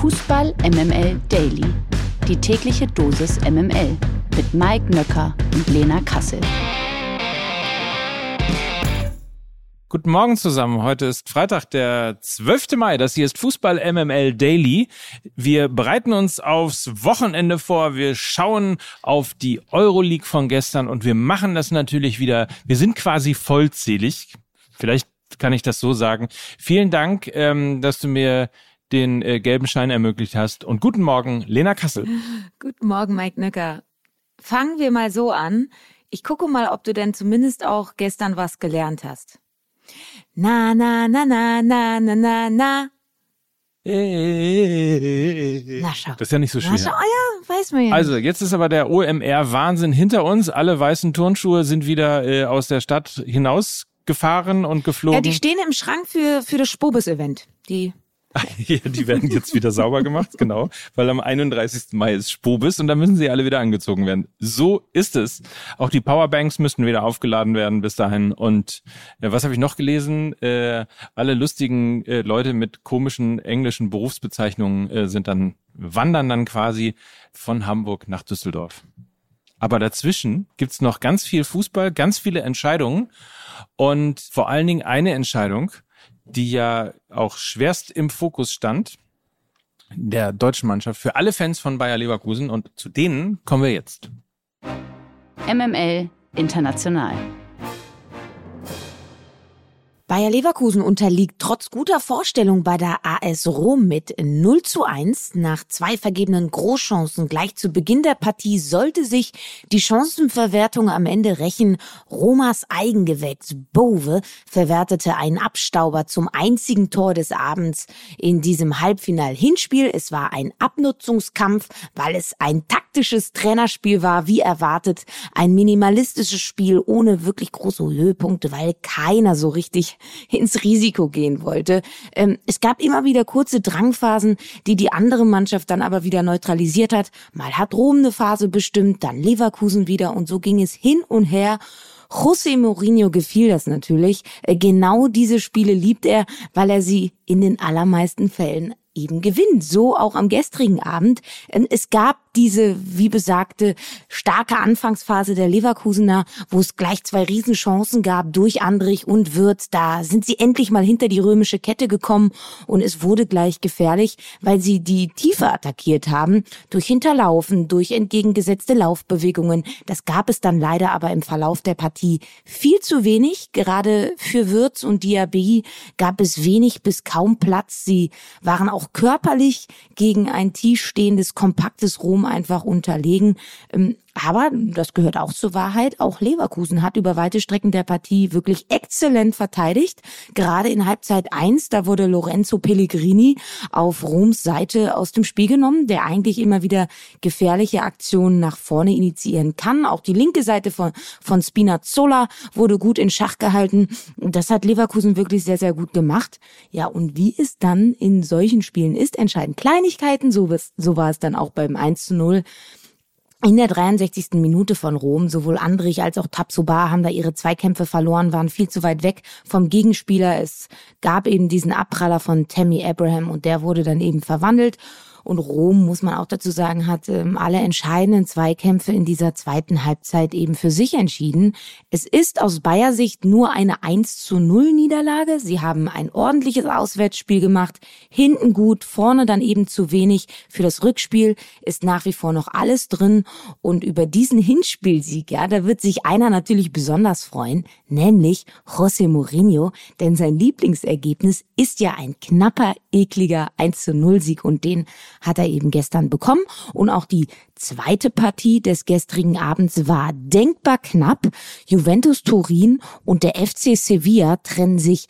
Fußball MML Daily. Die tägliche Dosis MML mit Mike Nöcker und Lena Kassel. Guten Morgen zusammen. Heute ist Freitag, der 12. Mai. Das hier ist Fußball MML Daily. Wir bereiten uns aufs Wochenende vor. Wir schauen auf die Euroleague von gestern und wir machen das natürlich wieder. Wir sind quasi vollzählig. Vielleicht kann ich das so sagen. Vielen Dank, dass du mir den gelben Schein ermöglicht hast. Und guten Morgen, Lena Kassel. Guten Morgen, Mike Nöcker. Fangen wir mal so an. Ich gucke mal, ob du denn zumindest auch gestern was gelernt hast. Na, na, na, na, na, na, na, na. Na, schau. Das ist ja nicht so schwer. Na, schau, ja, weiß man ja. Also, jetzt ist aber der OMR-Wahnsinn hinter uns. Alle weißen Turnschuhe sind wieder aus der Stadt hinausgefahren und geflogen. Ja, die stehen im Schrank für das Spobis-Event. Ja, die werden jetzt wieder sauber gemacht, genau, weil am 31. Mai ist Spobis und da müssen sie alle wieder angezogen werden. So ist es. Auch die Powerbanks müssten wieder aufgeladen werden bis dahin. Und was habe ich noch gelesen? Alle lustigen Leute mit komischen englischen Berufsbezeichnungen wandern dann quasi von Hamburg nach Düsseldorf. Aber dazwischen gibt's noch ganz viel Fußball, ganz viele Entscheidungen und vor allen Dingen eine Entscheidung, die ja auch schwerst im Fokus stand, der deutschen Mannschaft, für alle Fans von Bayer Leverkusen. Und zu denen kommen wir jetzt. MML International. Bayer Leverkusen unterliegt trotz guter Vorstellung bei der AS Rom mit 0:1. Nach 2 vergebenen Großchancen gleich zu Beginn der Partie sollte sich die Chancenverwertung am Ende rächen. Romas Eigengewächs Bove verwertete einen Abstauber zum einzigen Tor des Abends in diesem Halbfinal-Hinspiel. Es war ein Abnutzungskampf, weil es ein taktisches Trainerspiel war, wie erwartet. Ein minimalistisches Spiel ohne wirklich große Höhepunkte, weil keiner so richtig ins Risiko gehen wollte. Es gab immer wieder kurze Drangphasen, die andere Mannschaft dann aber wieder neutralisiert hat. Mal hat Rom eine Phase bestimmt, dann Leverkusen wieder und so ging es hin und her. José Mourinho gefiel das natürlich. Genau diese Spiele liebt er, weil er sie in den allermeisten Fällen eben gewinnt. So auch am gestrigen Abend. Es gab diese, wie besagte, starke Anfangsphase der Leverkusener, wo es gleich 2 Riesenchancen gab durch Andrich und Wirtz. Da sind sie endlich mal hinter die römische Kette gekommen und es wurde gleich gefährlich, weil sie die Tiefe attackiert haben. Durch Hinterlaufen, durch entgegengesetzte Laufbewegungen. Das gab es dann leider aber im Verlauf der Partie viel zu wenig. Gerade für Wirtz und Diaby gab es wenig bis kaum Platz. Sie waren auch körperlich gegen ein tief stehendes, kompaktes Rom einfach unterlegen. Aber, das gehört auch zur Wahrheit, auch Leverkusen hat über weite Strecken der Partie wirklich exzellent verteidigt. Gerade in Halbzeit 1, da wurde Lorenzo Pellegrini auf Roms Seite aus dem Spiel genommen, der eigentlich immer wieder gefährliche Aktionen nach vorne initiieren kann. Auch die linke Seite von Spinazzola wurde gut in Schach gehalten. Das hat Leverkusen wirklich sehr, sehr gut gemacht. Ja, und wie es dann in solchen Spielen ist, entscheiden Kleinigkeiten. So war es dann auch beim 1:0. In der 63. Minute von Rom, sowohl Andrich als auch Tapsoba haben da ihre Zweikämpfe verloren, waren viel zu weit weg vom Gegenspieler. Es gab eben diesen Abpraller von Tammy Abraham und der wurde dann eben verwandelt. Und Rom, muss man auch dazu sagen, hat alle entscheidenden Zweikämpfe in dieser zweiten Halbzeit eben für sich entschieden. Es ist aus Bayer Sicht nur eine 1:0 Niederlage. Sie haben ein ordentliches Auswärtsspiel gemacht, hinten gut, vorne dann eben zu wenig. Für das Rückspiel ist nach wie vor noch alles drin. Und über diesen Hinspielsieg, ja, da wird sich einer natürlich besonders freuen, nämlich José Mourinho. Denn sein Lieblingsergebnis ist ja ein knapper, ekliger 1:0 Sieg und den hat er eben gestern bekommen. Und auch die zweite Partie des gestrigen Abends war denkbar knapp. Juventus Turin und der FC Sevilla trennen sich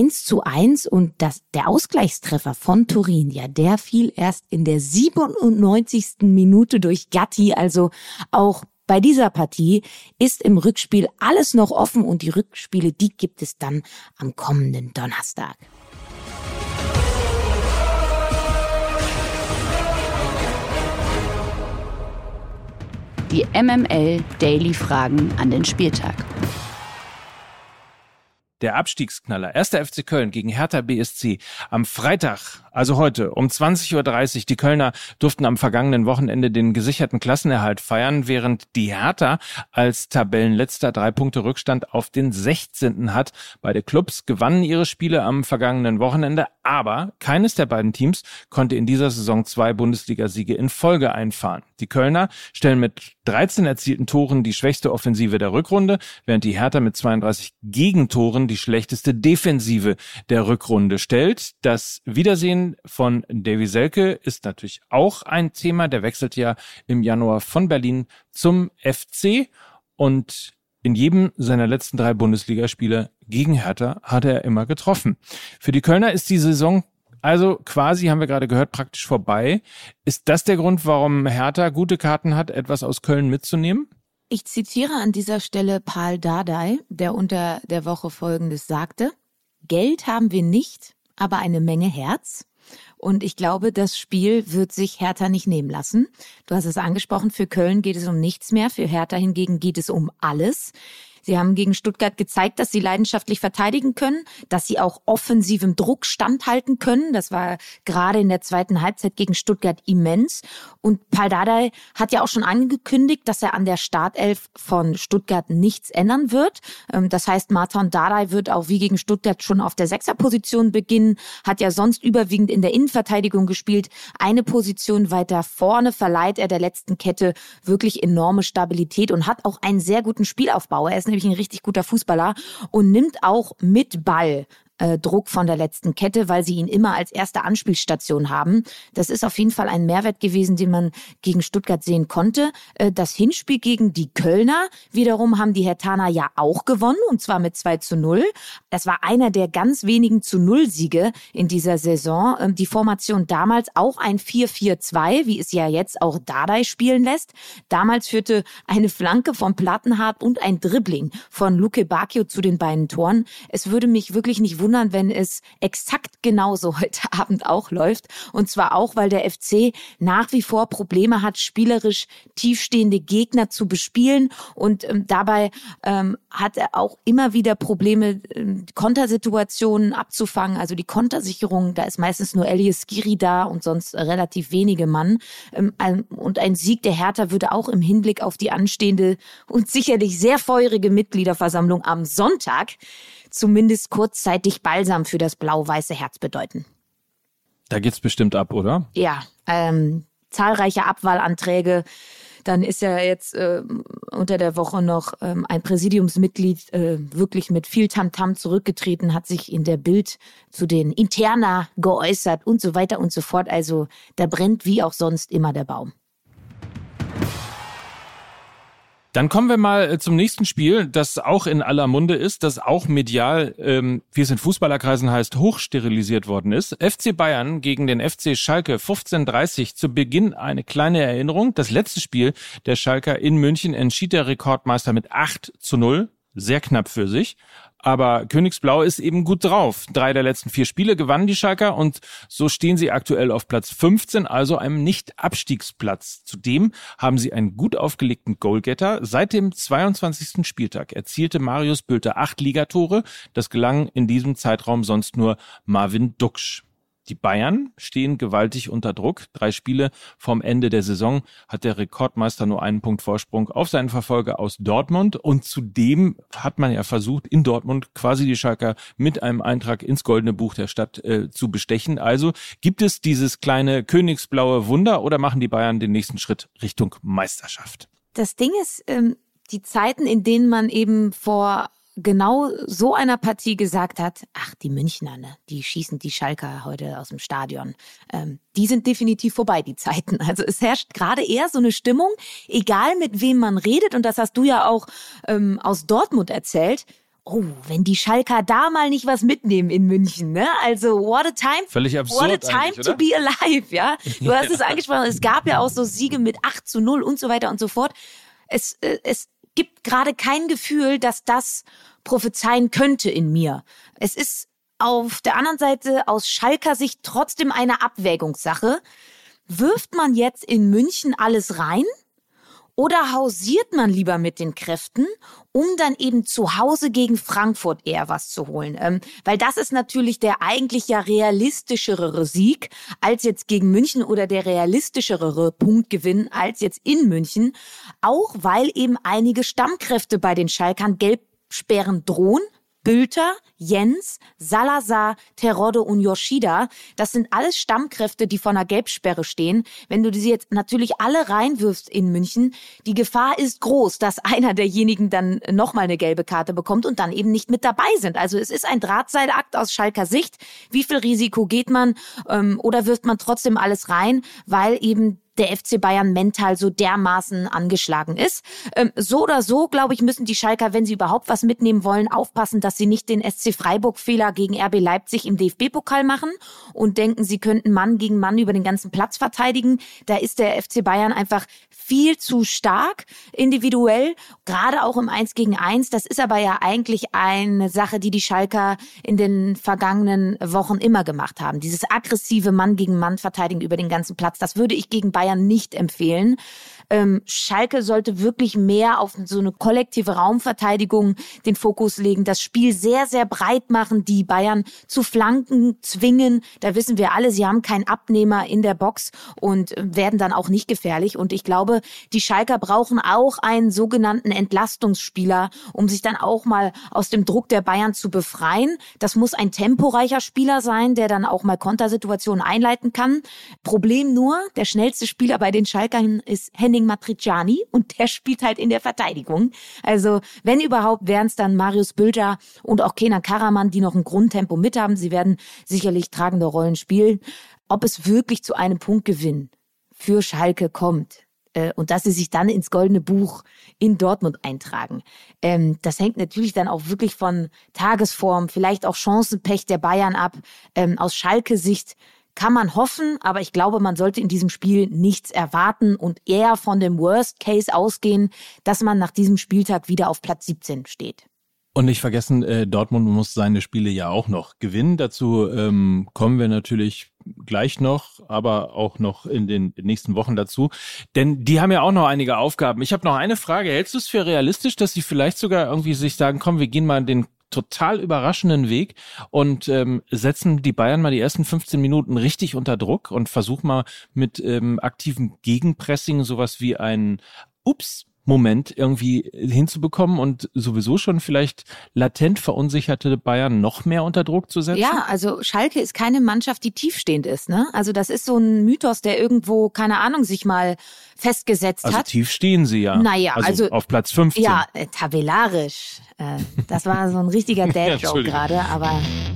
1:1 und der Ausgleichstreffer von Turin, ja, der fiel erst in der 97. Minute durch Gatti. Also auch bei dieser Partie ist im Rückspiel alles noch offen und die Rückspiele, die gibt es dann am kommenden Donnerstag. Die MML Daily Fragen an den Spieltag. Der Abstiegsknaller 1. FC Köln gegen Hertha BSC am Freitag Also heute um 20.30 Uhr. Die Kölner durften am vergangenen Wochenende den gesicherten Klassenerhalt feiern, während die Hertha als Tabellenletzter 3 Punkte Rückstand auf den 16. hat. Beide Clubs gewannen ihre Spiele am vergangenen Wochenende, aber keines der beiden Teams konnte in dieser Saison 2 Bundesligasiege in Folge einfahren. Die Kölner stellen mit 13 erzielten Toren die schwächste Offensive der Rückrunde, während die Hertha mit 32 Gegentoren die schlechteste Defensive der Rückrunde stellt. Das Wiedersehen von Davy Selke ist natürlich auch ein Thema. Der wechselt ja im Januar von Berlin zum FC und in jedem seiner letzten 3 Bundesligaspiele gegen Hertha hat er immer getroffen. Für die Kölner ist die Saison also quasi, haben wir gerade gehört, praktisch vorbei. Ist das der Grund, warum Hertha gute Karten hat, etwas aus Köln mitzunehmen? Ich zitiere an dieser Stelle Pal Dardai, der unter der Woche Folgendes sagte: Geld haben wir nicht, aber eine Menge Herz. Und ich glaube, das Spiel wird sich Hertha nicht nehmen lassen. Du hast es angesprochen, für Köln geht es um nichts mehr, für Hertha hingegen geht es um alles. Sie haben gegen Stuttgart gezeigt, dass sie leidenschaftlich verteidigen können, dass sie auch offensivem Druck standhalten können. Das war gerade in der zweiten Halbzeit gegen Stuttgart immens. Und Pal Dardai hat ja auch schon angekündigt, dass er an der Startelf von Stuttgart nichts ändern wird. Das heißt, Martin Dardai wird auch wie gegen Stuttgart schon auf der Sechserposition beginnen, hat ja sonst überwiegend in der Innenverteidigung gespielt. Eine Position weiter vorne verleiht er der letzten Kette wirklich enorme Stabilität und hat auch einen sehr guten Spielaufbau. Er ist nämlich ein richtig guter Fußballer und nimmt auch mit Ball Druck von der letzten Kette, weil sie ihn immer als erste Anspielstation haben. Das ist auf jeden Fall ein Mehrwert gewesen, den man gegen Stuttgart sehen konnte. Das Hinspiel gegen die Kölner wiederum haben die Herthaner ja auch gewonnen, und zwar mit 2:0. Das war einer der ganz wenigen 0-Siege in dieser Saison. Die Formation damals auch ein 4-4-2, wie es ja jetzt auch Dardai spielen lässt. Damals führte eine Flanke von Plattenhardt und ein Dribbling von Luke Bacchio zu den beiden Toren. Es würde mich wirklich nicht wundern, wenn es exakt genauso heute Abend auch läuft. Und zwar auch, weil der FC nach wie vor Probleme hat, spielerisch tiefstehende Gegner zu bespielen. Und dabei hat er auch immer wieder Probleme, Kontersituationen abzufangen. Also die Kontersicherung, da ist meistens nur Elias Skiri da und sonst relativ wenige Mann. Und ein Sieg der Hertha würde auch im Hinblick auf die anstehende und sicherlich sehr feurige Mitgliederversammlung am Sonntag zumindest kurzzeitig Balsam für das blau-weiße Herz bedeuten. Da geht's bestimmt ab, oder? Ja, zahlreiche Abwahlanträge. Dann ist ja jetzt unter der Woche noch ein Präsidiumsmitglied wirklich mit viel Tamtam zurückgetreten, hat sich in der Bild zu den Interna geäußert und so weiter und so fort. Also da brennt wie auch sonst immer der Baum. Dann kommen wir mal zum nächsten Spiel, das auch in aller Munde ist, das auch medial, wie es in Fußballerkreisen heißt, hochsterilisiert worden ist. FC Bayern gegen den FC Schalke 15:30. Zu Beginn eine kleine Erinnerung. Das letzte Spiel der Schalker in München entschied der Rekordmeister mit 8:0. Sehr knapp für sich. Aber Königsblau ist eben gut drauf. 3 der letzten 4 Spiele gewannen die Schalker und so stehen sie aktuell auf Platz 15, also einem Nicht-Abstiegsplatz. Zudem haben sie einen gut aufgelegten Goalgetter. Seit dem 22. Spieltag erzielte Marius Bülter 8 Ligatore. Das gelang in diesem Zeitraum sonst nur Marvin Duksch. Die Bayern stehen gewaltig unter Druck. 3 Spiele vom Ende der Saison hat der Rekordmeister nur einen Punkt Vorsprung auf seinen Verfolger aus Dortmund. Und zudem hat man ja versucht, in Dortmund quasi die Schalker mit einem Eintrag ins Goldene Buch der Stadt zu bestechen. Also gibt es dieses kleine königsblaue Wunder oder machen die Bayern den nächsten Schritt Richtung Meisterschaft? Das Ding ist, die Zeiten, in denen man eben vor genau so einer Partie gesagt hat, ach, die Münchner, ne, die schießen die Schalker heute aus dem Stadion. Die sind definitiv vorbei, die Zeiten. Also es herrscht gerade eher so eine Stimmung, egal mit wem man redet, und das hast du ja auch aus Dortmund erzählt. Oh, wenn die Schalker da mal nicht was mitnehmen in München, ne? Also, what a time. Völlig absurd. What a time to be alive, ja? Du hast es angesprochen, es gab ja auch so Siege mit 8:0 und so weiter und so fort. Es gibt gerade kein Gefühl, dass das prophezeien könnte in mir. Es ist auf der anderen Seite aus Schalker Sicht trotzdem eine Abwägungssache. Wirft man jetzt in München alles rein Oder hausiert man lieber mit den Kräften, um dann eben zu Hause gegen Frankfurt eher was zu holen? Weil das ist natürlich der eigentlich ja realistischere Sieg als jetzt gegen München oder der realistischere Punktgewinn als jetzt in München. Auch weil eben einige Stammkräfte bei den Schalkern Gelbsperren drohen. Bülter, Jens, Salazar, Terodde und Yoshida, das sind alles Stammkräfte, die vor einer Gelbsperre stehen. Wenn du sie jetzt natürlich alle reinwirfst in München, die Gefahr ist groß, dass einer derjenigen dann nochmal eine gelbe Karte bekommt und dann eben nicht mit dabei sind. Also es ist ein Drahtseilakt aus Schalker Sicht. Wie viel Risiko geht man oder wirft man trotzdem alles rein, weil eben der FC Bayern mental so dermaßen angeschlagen ist. So oder so, glaube ich, müssen die Schalker, wenn sie überhaupt was mitnehmen wollen, aufpassen, dass sie nicht den SC Freiburg-Fehler gegen RB Leipzig im DFB-Pokal machen und denken, sie könnten Mann gegen Mann über den ganzen Platz verteidigen. Da ist der FC Bayern einfach viel zu stark individuell, gerade auch im 1 gegen 1. Das ist aber ja eigentlich eine Sache, die Schalker in den vergangenen Wochen immer gemacht haben. Dieses aggressive Mann gegen Mann verteidigen über den ganzen Platz, das würde ich gegen Bayern nicht empfehlen. Schalke sollte wirklich mehr auf so eine kollektive Raumverteidigung den Fokus legen, das Spiel sehr, sehr breit machen, die Bayern zu Flanken zwingen. Da wissen wir alle, sie haben keinen Abnehmer in der Box und werden dann auch nicht gefährlich. Und ich glaube, die Schalker brauchen auch einen sogenannten Entlastungsspieler, um sich dann auch mal aus dem Druck der Bayern zu befreien. Das muss ein temporeicher Spieler sein, der dann auch mal Kontersituationen einleiten kann. Problem nur, der schnellste Spieler bei den Schalkern ist Henning Matriciani und der spielt halt in der Verteidigung. Also wenn überhaupt, wären es dann Marius Bülter und auch Kenan Karaman, die noch ein Grundtempo mit haben. Sie werden sicherlich tragende Rollen spielen. Ob es wirklich zu einem Punktgewinn für Schalke kommt und dass sie sich dann ins Goldene Buch in Dortmund eintragen, das hängt natürlich dann auch wirklich von Tagesform, vielleicht auch Chancenpech der Bayern ab. Aus Schalke-Sicht kann man hoffen, aber ich glaube, man sollte in diesem Spiel nichts erwarten und eher von dem Worst Case ausgehen, dass man nach diesem Spieltag wieder auf Platz 17 steht. Und nicht vergessen, Dortmund muss seine Spiele ja auch noch gewinnen. Dazu kommen wir natürlich gleich noch, aber auch noch in den nächsten Wochen dazu. Denn die haben ja auch noch einige Aufgaben. Ich habe noch eine Frage. Hältst du es für realistisch, dass sie vielleicht sogar irgendwie sich sagen, komm, wir gehen mal den total überraschenden Weg und setzen die Bayern mal die ersten 15 Minuten richtig unter Druck und versuchen mal mit aktivem Gegenpressing sowas wie ein Moment irgendwie hinzubekommen und sowieso schon vielleicht latent verunsicherte Bayern noch mehr unter Druck zu setzen? Ja, also Schalke ist keine Mannschaft, die tiefstehend ist, ne? Also das ist so ein Mythos, der irgendwo, keine Ahnung, sich mal festgesetzt hat. Also tief stehen sie ja. Naja, also auf Platz 15. Ja, tabellarisch. Das war so ein richtiger Dad-Joke gerade, aber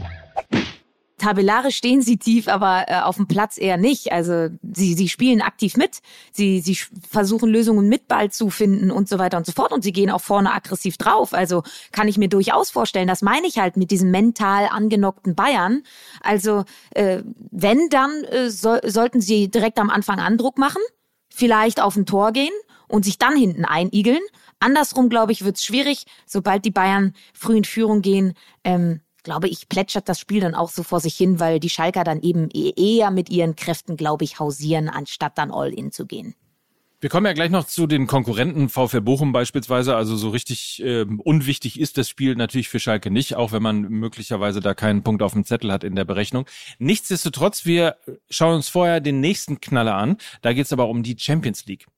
tabellarisch stehen sie tief, aber auf dem Platz eher nicht. Also sie spielen aktiv mit, sie versuchen Lösungen mit Ball zu finden und so weiter und so fort und sie gehen auch vorne aggressiv drauf. Also kann ich mir durchaus vorstellen, das meine ich halt mit diesem mental angenockten Bayern. Also wenn, dann sollten sie direkt am Anfang Andruck machen, vielleicht auf ein Tor gehen und sich dann hinten einigeln. Andersrum, glaube ich, wird es schwierig, sobald die Bayern früh in Führung gehen, glaube ich, plätschert das Spiel dann auch so vor sich hin, weil die Schalker dann eben eher mit ihren Kräften, glaube ich, hausieren, anstatt dann all in zu gehen. Wir kommen ja gleich noch zu den Konkurrenten, VfL Bochum beispielsweise. Also so richtig unwichtig ist das Spiel natürlich für Schalke nicht, auch wenn man möglicherweise da keinen Punkt auf dem Zettel hat in der Berechnung. Nichtsdestotrotz, wir schauen uns vorher den nächsten Knaller an. Da geht es aber um die Champions League.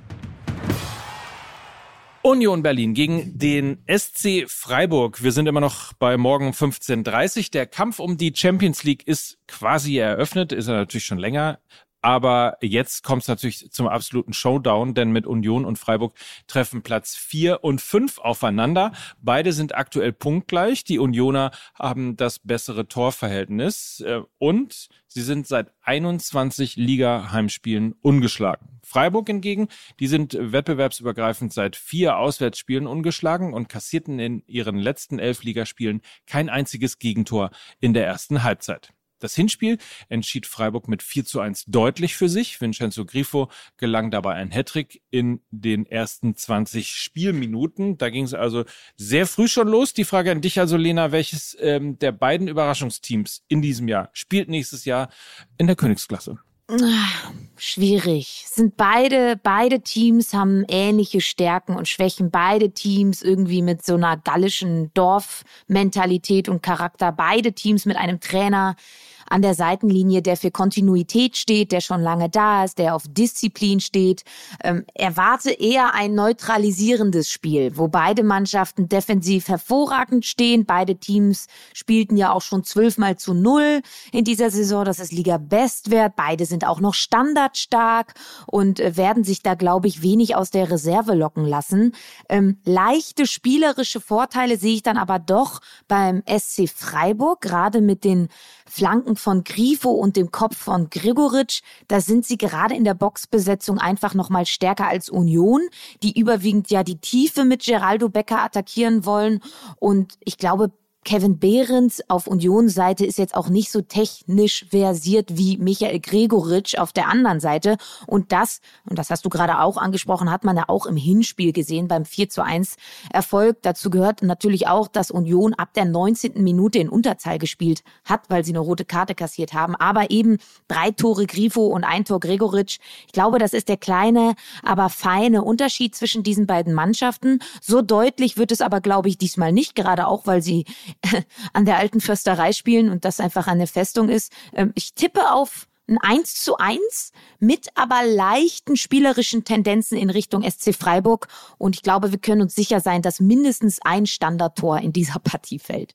Union Berlin gegen den SC Freiburg. Wir sind immer noch bei morgen 15:30 Uhr. Der Kampf um die Champions League ist quasi eröffnet, ist er natürlich schon länger. Aber jetzt kommt es natürlich zum absoluten Showdown, denn mit Union und Freiburg treffen Platz 4 und 5 aufeinander. Beide sind aktuell punktgleich. Die Unioner haben das bessere Torverhältnis und sie sind seit 21 Liga-Heimspielen ungeschlagen. Freiburg hingegen, die sind wettbewerbsübergreifend seit 4 Auswärtsspielen ungeschlagen und kassierten in ihren letzten 11 Ligaspielen kein einziges Gegentor in der ersten Halbzeit. Das Hinspiel entschied Freiburg mit 4:1 deutlich für sich. Vincenzo Grifo gelang dabei ein Hattrick in den ersten 20 Spielminuten. Da ging es also sehr früh schon los. Die Frage an dich also, Lena, welches der beiden Überraschungsteams in diesem Jahr spielt nächstes Jahr in der Königsklasse? schwierig. Beide Teams haben ähnliche Stärken und Schwächen. Beide Teams irgendwie mit so einer gallischen Dorfmentalität und Charakter. Beide Teams mit einem Trainer an der Seitenlinie, der für Kontinuität steht, der schon lange da ist, der auf Disziplin steht. Erwarte eher ein neutralisierendes Spiel, wo beide Mannschaften defensiv hervorragend stehen. Beide Teams spielten ja auch schon 12-0 in dieser Saison. Das ist Liga-Bestwert. Beide sind auch noch standardstark und werden sich da, glaube ich, wenig aus der Reserve locken lassen. Leichte spielerische Vorteile sehe ich dann aber doch beim SC Freiburg, gerade mit den Flanken von Grifo und dem Kopf von Gregoritsch. Da sind sie gerade in der Boxbesetzung einfach noch mal stärker als Union, die überwiegend ja die Tiefe mit Geraldo Becker attackieren wollen. Und ich glaube, Kevin Behrens auf Unionsseite ist jetzt auch nicht so technisch versiert wie Michael Gregoritsch auf der anderen Seite. Und das hast du gerade auch angesprochen, hat man ja auch im Hinspiel gesehen beim 4:1 Erfolg. Dazu gehört natürlich auch, dass Union ab der 19. Minute in Unterzahl gespielt hat, weil sie eine rote Karte kassiert haben. Aber eben 3 Tore Grifo und 1 Tor Gregoritsch. Ich glaube, das ist der kleine, aber feine Unterschied zwischen diesen beiden Mannschaften. So deutlich wird es aber, glaube ich, diesmal nicht, gerade auch, weil sie an der alten Försterei spielen und das einfach eine Festung ist. Ich tippe auf ein 1:1 mit aber leichten spielerischen Tendenzen in Richtung SC Freiburg. Und ich glaube, wir können uns sicher sein, dass mindestens ein Standardtor in dieser Partie fällt.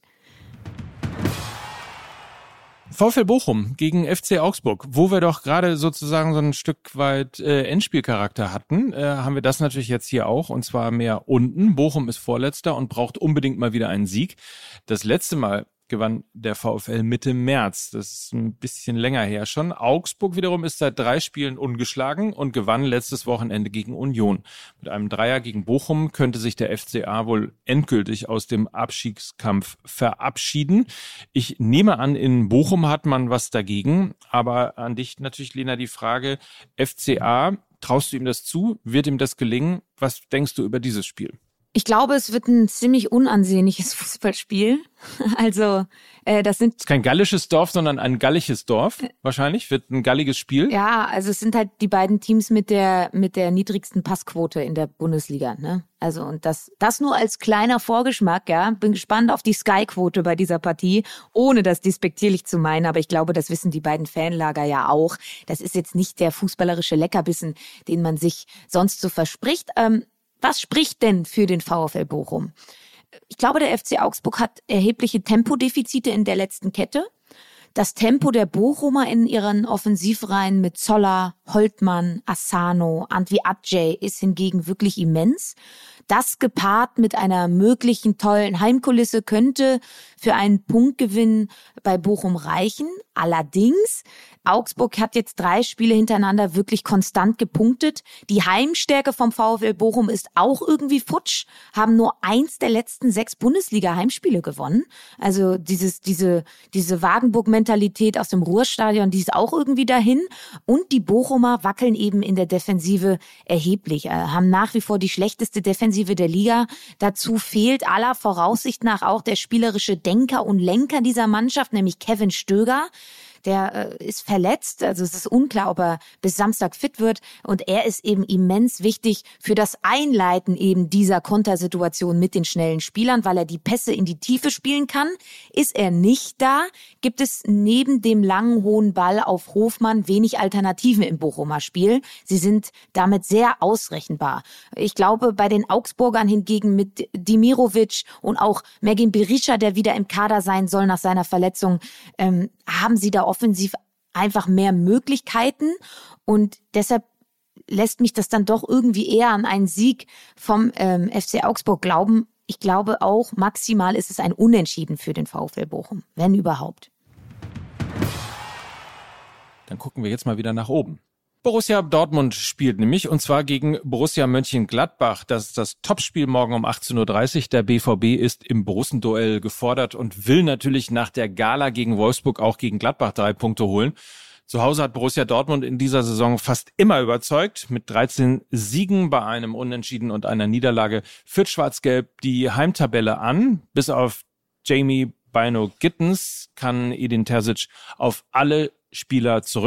VfL Bochum gegen FC Augsburg, wo wir doch gerade sozusagen so ein Stück weit Endspielcharakter hatten, haben wir das natürlich jetzt hier auch, und zwar mehr unten. Bochum ist Vorletzter und braucht unbedingt mal wieder einen Sieg. Das letzte Mal gewann der VfL Mitte März. Das ist ein bisschen länger her schon. Augsburg wiederum ist seit 3 Spielen ungeschlagen und gewann letztes Wochenende gegen Union. Mit einem Dreier gegen Bochum könnte sich der FCA wohl endgültig aus dem Abstiegskampf verabschieden. Ich nehme an, in Bochum hat man was dagegen. Aber an dich natürlich, Lena, die Frage, FCA, traust du ihm das zu? Wird ihm das gelingen? Was denkst du über dieses Spiel? Ich glaube, es wird ein ziemlich unansehnliches Fußballspiel. Also, das ist kein gallisches Dorf, sondern ein gallisches Dorf. Wahrscheinlich wird ein galliges Spiel. Ja, also es sind halt die beiden Teams mit der niedrigsten Passquote in der Bundesliga, ne? Also, und das nur als kleiner Vorgeschmack, ja. Bin gespannt auf die Sky-Quote bei dieser Partie, ohne das despektierlich zu meinen. Aber ich glaube, das wissen die beiden Fanlager ja auch. Das ist jetzt nicht der fußballerische Leckerbissen, den man sich sonst so verspricht. Was spricht denn für den VfL Bochum? Ich glaube, der FC Augsburg hat erhebliche Tempodefizite in der letzten Kette. Das Tempo der Bochumer in ihren Offensivreihen mit Zoller, Holtmann, Asano, Antwi Adjei ist hingegen wirklich immens. Das gepaart mit einer möglichen tollen Heimkulisse könnte für einen Punktgewinn bei Bochum reichen. Allerdings, Augsburg hat jetzt 3 Spiele hintereinander wirklich konstant gepunktet. Die Heimstärke vom VfL Bochum ist auch irgendwie futsch, haben nur 1 der letzten 6 Bundesliga-Heimspiele gewonnen. Also diese Wagenburg-Mentalität aus dem Ruhrstadion, die ist auch irgendwie dahin. Und die Bochumer wackeln eben in der Defensive erheblich, haben nach wie vor die schlechteste Defensive der Liga. Dazu fehlt aller Voraussicht nach auch der spielerische Denker und Lenker dieser Mannschaft, nämlich Kevin Stöger. Der ist verletzt, also es ist unklar, ob er bis Samstag fit wird. Und er ist eben immens wichtig für das Einleiten eben dieser Kontersituation mit den schnellen Spielern, weil er die Pässe in die Tiefe spielen kann. Ist er nicht da, gibt es neben dem langen, hohen Ball auf Hofmann wenig Alternativen im Bochumer Spiel. Sie sind damit sehr ausrechenbar. Ich glaube, bei den Augsburgern hingegen mit Dimirovic und auch Mergin Berisha, der wieder im Kader sein soll nach seiner Verletzung, haben sie da offensiv einfach mehr Möglichkeiten und deshalb lässt mich das dann doch irgendwie eher an einen Sieg vom FC Augsburg glauben. Ich glaube auch, maximal ist es ein Unentschieden für den VfL Bochum, wenn überhaupt. Dann gucken wir jetzt mal wieder nach oben. Borussia Dortmund spielt nämlich, und zwar gegen Borussia Mönchengladbach. Das ist das Topspiel morgen um 18:30 Uhr. Der BVB ist im Borussenduell gefordert und will natürlich nach der Gala gegen Wolfsburg auch gegen Gladbach 3 Punkte holen. Zu Hause hat Borussia Dortmund in dieser Saison fast immer überzeugt. Mit 13 Siegen bei einem Unentschieden und einer Niederlage führt Schwarz-Gelb die Heimtabelle an. Bis auf Jamie Bino Gittens kann Edin Terzic auf alle Spieler zurückgreifen.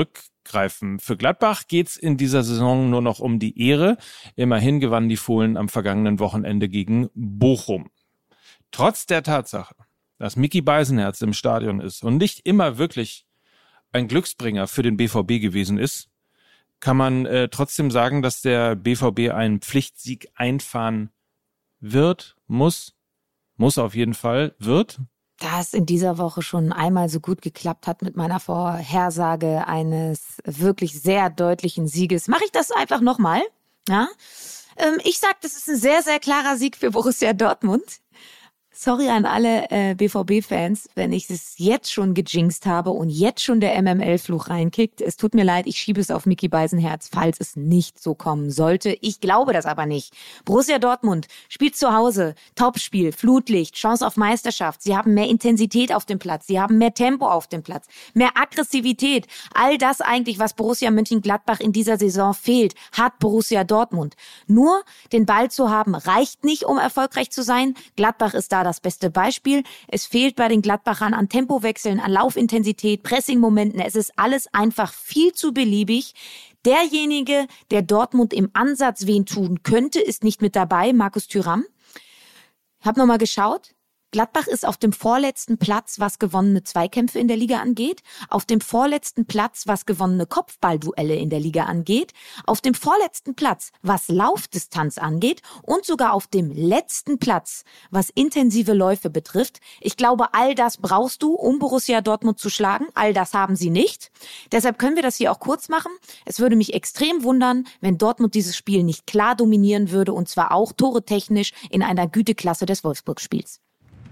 greifen. Für Gladbach geht's in dieser Saison nur noch um die Ehre. Immerhin gewannen die Fohlen am vergangenen Wochenende gegen Bochum. Trotz der Tatsache, dass Micky Beisenherz im Stadion ist und nicht immer wirklich ein Glücksbringer für den BVB gewesen ist, kann man trotzdem sagen, dass der BVB einen Pflichtsieg einfahren muss auf jeden Fall, Da es in dieser Woche schon einmal so gut geklappt hat mit meiner Vorhersage eines wirklich sehr deutlichen Sieges, mache ich das einfach nochmal. Ja? Ich sage, das ist ein sehr, sehr klarer Sieg für Borussia Dortmund. Sorry an alle BVB-Fans, wenn ich es jetzt schon gejinxt habe und jetzt schon der MML-Fluch reinkickt. Es tut mir leid, ich schiebe es auf Micky Beisenherz, falls es nicht so kommen sollte. Ich glaube das aber nicht. Borussia Dortmund spielt zu Hause, Topspiel, Flutlicht, Chance auf Meisterschaft. Sie haben mehr Intensität auf dem Platz, sie haben mehr Tempo auf dem Platz, mehr Aggressivität. All das eigentlich, was Borussia Mönchengladbach in dieser Saison fehlt, hat Borussia Dortmund. Nur den Ball zu haben, reicht nicht, um erfolgreich zu sein. Gladbach ist da das beste Beispiel. Es fehlt bei den Gladbachern an Tempowechseln, an Laufintensität, Pressingmomenten. Es ist alles einfach viel zu beliebig. Derjenige, der Dortmund im Ansatz wen tun könnte, ist nicht mit dabei, Markus Thuram. Ich habe nochmal geschaut. Gladbach ist auf dem vorletzten Platz, was gewonnene Zweikämpfe in der Liga angeht, auf dem vorletzten Platz, was gewonnene Kopfballduelle in der Liga angeht, auf dem vorletzten Platz, was Laufdistanz angeht und sogar auf dem letzten Platz, was intensive Läufe betrifft. Ich glaube, all das brauchst du, um Borussia Dortmund zu schlagen. All das haben sie nicht. Deshalb können wir das hier auch kurz machen. Es würde mich extrem wundern, wenn Dortmund dieses Spiel nicht klar dominieren würde und zwar auch toretechnisch in einer Güteklasse des Wolfsburg-Spiels.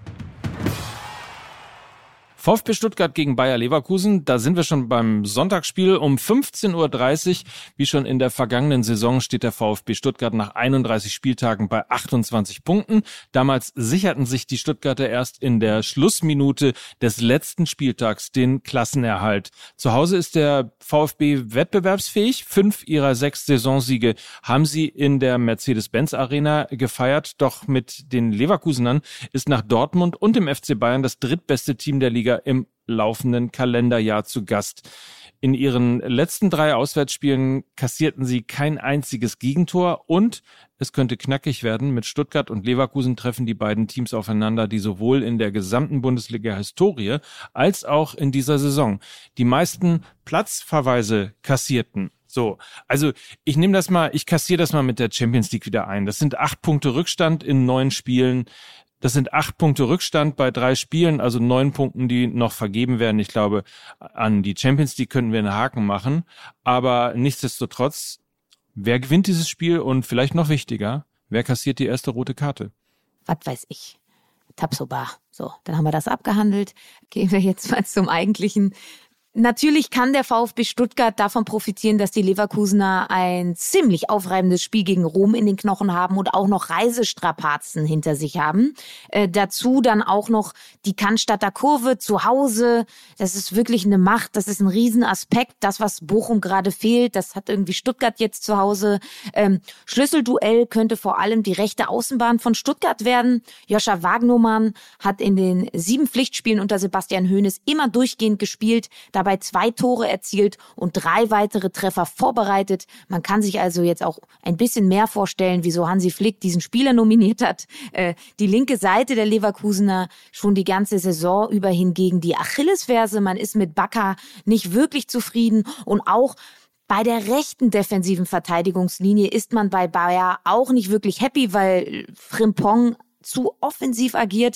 VfB Stuttgart gegen Bayer Leverkusen, da sind wir schon beim Sonntagsspiel um 15:30 Uhr. Wie schon in der vergangenen Saison steht der VfB Stuttgart nach 31 Spieltagen bei 28 Punkten. Damals sicherten sich die Stuttgarter erst in der Schlussminute des letzten Spieltags den Klassenerhalt. Zu Hause ist der VfB wettbewerbsfähig. 5 ihrer 6 Saisonsiege haben sie in der Mercedes-Benz-Arena gefeiert. Doch mit den Leverkusenern ist nach Dortmund und dem FC Bayern das drittbeste Team der Liga im laufenden Kalenderjahr zu Gast. In ihren letzten 3 Auswärtsspielen kassierten sie kein einziges Gegentor und es könnte knackig werden. Mit Stuttgart und Leverkusen treffen die beiden Teams aufeinander, die sowohl in der gesamten Bundesliga-Historie als auch in dieser Saison die meisten Platzverweise kassierten. So, also ich kassiere das mal mit der Champions League wieder ein. Das sind 8 Punkte Rückstand in 9 Spielen. Das sind 8 Punkte Rückstand bei 3 Spielen, also 9 Punkten, die noch vergeben werden. Ich glaube, an die Champions League könnten wir einen Haken machen. Aber nichtsdestotrotz, wer gewinnt dieses Spiel und vielleicht noch wichtiger, wer kassiert die erste rote Karte? Was weiß ich. Tabsoba. So, dann haben wir das abgehandelt. Gehen wir jetzt mal zum Eigentlichen. Natürlich kann der VfB Stuttgart davon profitieren, dass die Leverkusener ein ziemlich aufreibendes Spiel gegen Rom in den Knochen haben und auch noch Reisestrapazen hinter sich haben. Dazu dann auch noch die Cannstatter Kurve zu Hause. Das ist wirklich eine Macht, das ist ein Riesenaspekt. Das, was Bochum gerade fehlt, das hat irgendwie Stuttgart jetzt zu Hause. Schlüsselduell könnte vor allem die rechte Außenbahn von Stuttgart werden. Joscha Wagnumann hat in den 7 Pflichtspielen unter Sebastian Hoeneß immer durchgehend gespielt, dabei 2 Tore erzielt und 3 weitere Treffer vorbereitet. Man kann sich also jetzt auch ein bisschen mehr vorstellen, wieso Hansi Flick diesen Spieler nominiert hat. Die linke Seite der Leverkusener schon die ganze Saison über hingegen die Achillesferse. Man ist mit Bakker nicht wirklich zufrieden und auch bei der rechten defensiven Verteidigungslinie ist man bei Bayer auch nicht wirklich happy, weil Frimpong zu offensiv agiert.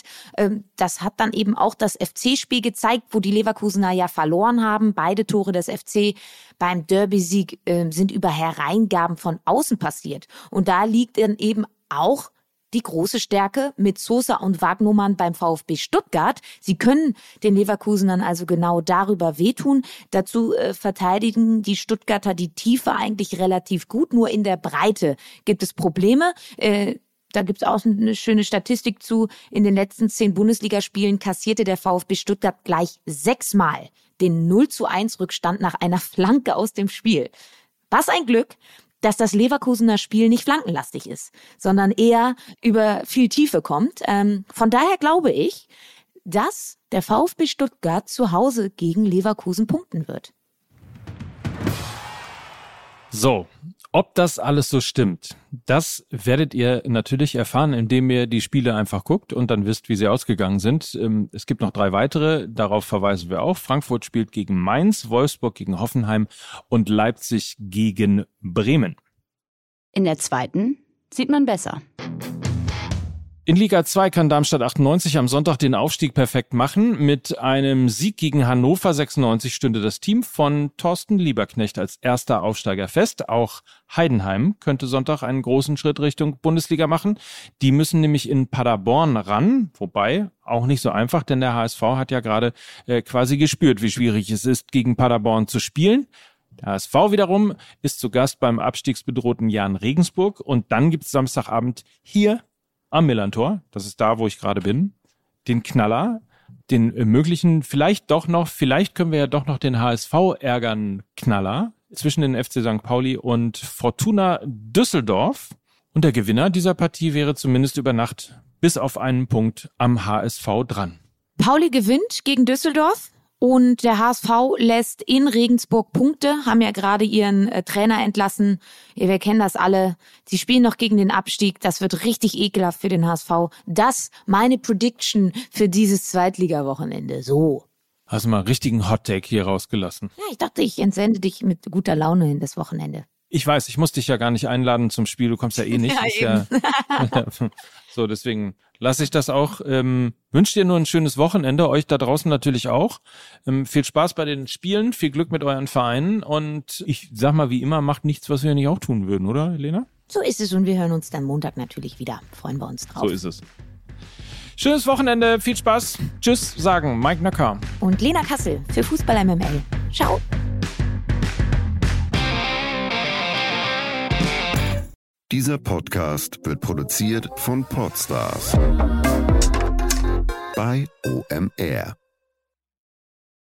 Das hat dann eben auch das FC-Spiel gezeigt, wo die Leverkusener ja verloren haben. Beide Tore des FC beim Derby-Sieg sind über Hereingaben von außen passiert. Und da liegt dann eben auch die große Stärke mit Sosa und Wagnumann beim VfB Stuttgart. Sie können den Leverkusenern also genau darüber wehtun. Dazu verteidigen die Stuttgarter die Tiefe eigentlich relativ gut. Nur in der Breite gibt es Probleme. Da gibt's auch eine schöne Statistik zu. In den letzten 10 Bundesligaspielen kassierte der VfB Stuttgart gleich 6-mal den 0:1 Rückstand nach einer Flanke aus dem Spiel. Was ein Glück, dass das Leverkusener Spiel nicht flankenlastig ist, sondern eher über viel Tiefe kommt. Von daher glaube ich, dass der VfB Stuttgart zu Hause gegen Leverkusen punkten wird. So, ob das alles so stimmt, das werdet ihr natürlich erfahren, indem ihr die Spiele einfach guckt und dann wisst, wie sie ausgegangen sind. Es gibt noch 3 weitere, darauf verweisen wir auch. Frankfurt spielt gegen Mainz, Wolfsburg gegen Hoffenheim und Leipzig gegen Bremen. In der zweiten sieht man besser. In Liga 2 kann Darmstadt 98 am Sonntag den Aufstieg perfekt machen. Mit einem Sieg gegen Hannover 96 stünde das Team von Thorsten Lieberknecht als erster Aufsteiger fest. Auch Heidenheim könnte Sonntag einen großen Schritt Richtung Bundesliga machen. Die müssen nämlich in Paderborn ran, wobei auch nicht so einfach, denn der HSV hat ja gerade quasi gespürt, wie schwierig es ist, gegen Paderborn zu spielen. Der HSV wiederum ist zu Gast beim abstiegsbedrohten Jahn Regensburg und dann gibt's Samstagabend hier am Millantor, das ist da, wo ich gerade bin, den Knaller, den möglichen, vielleicht können wir ja doch noch den HSV ärgern, Knaller zwischen den FC St. Pauli und Fortuna Düsseldorf. Und der Gewinner dieser Partie wäre zumindest über Nacht bis auf einen Punkt am HSV dran. Pauli gewinnt gegen Düsseldorf. Und der HSV lässt in Regensburg Punkte, haben ja gerade ihren Trainer entlassen. Wir kennen das alle. Sie spielen noch gegen den Abstieg. Das wird richtig ekelhaft für den HSV. Das meine Prediction für dieses Zweitliga-Wochenende. So. Hast du mal einen richtigen Hot-Take hier rausgelassen? Ja, ich dachte, ich entsende dich mit guter Laune in das Wochenende. Ich weiß, ich muss dich ja gar nicht einladen zum Spiel. Du kommst ja eh nicht. Ja, So, deswegen lasse ich das auch. Wünsche dir nur ein schönes Wochenende, euch da draußen natürlich auch. Viel Spaß bei den Spielen, viel Glück mit euren Vereinen und ich sag mal, wie immer, macht nichts, was wir nicht auch tun würden, oder, Lena? So ist es und wir hören uns dann Montag natürlich wieder. Freuen wir uns drauf. So ist es. Schönes Wochenende, viel Spaß. Tschüss, sagen Mike Nöcker. Und Lena Kassel für Fußball MML. Ciao. Dieser Podcast wird produziert von Podstars bei OMR.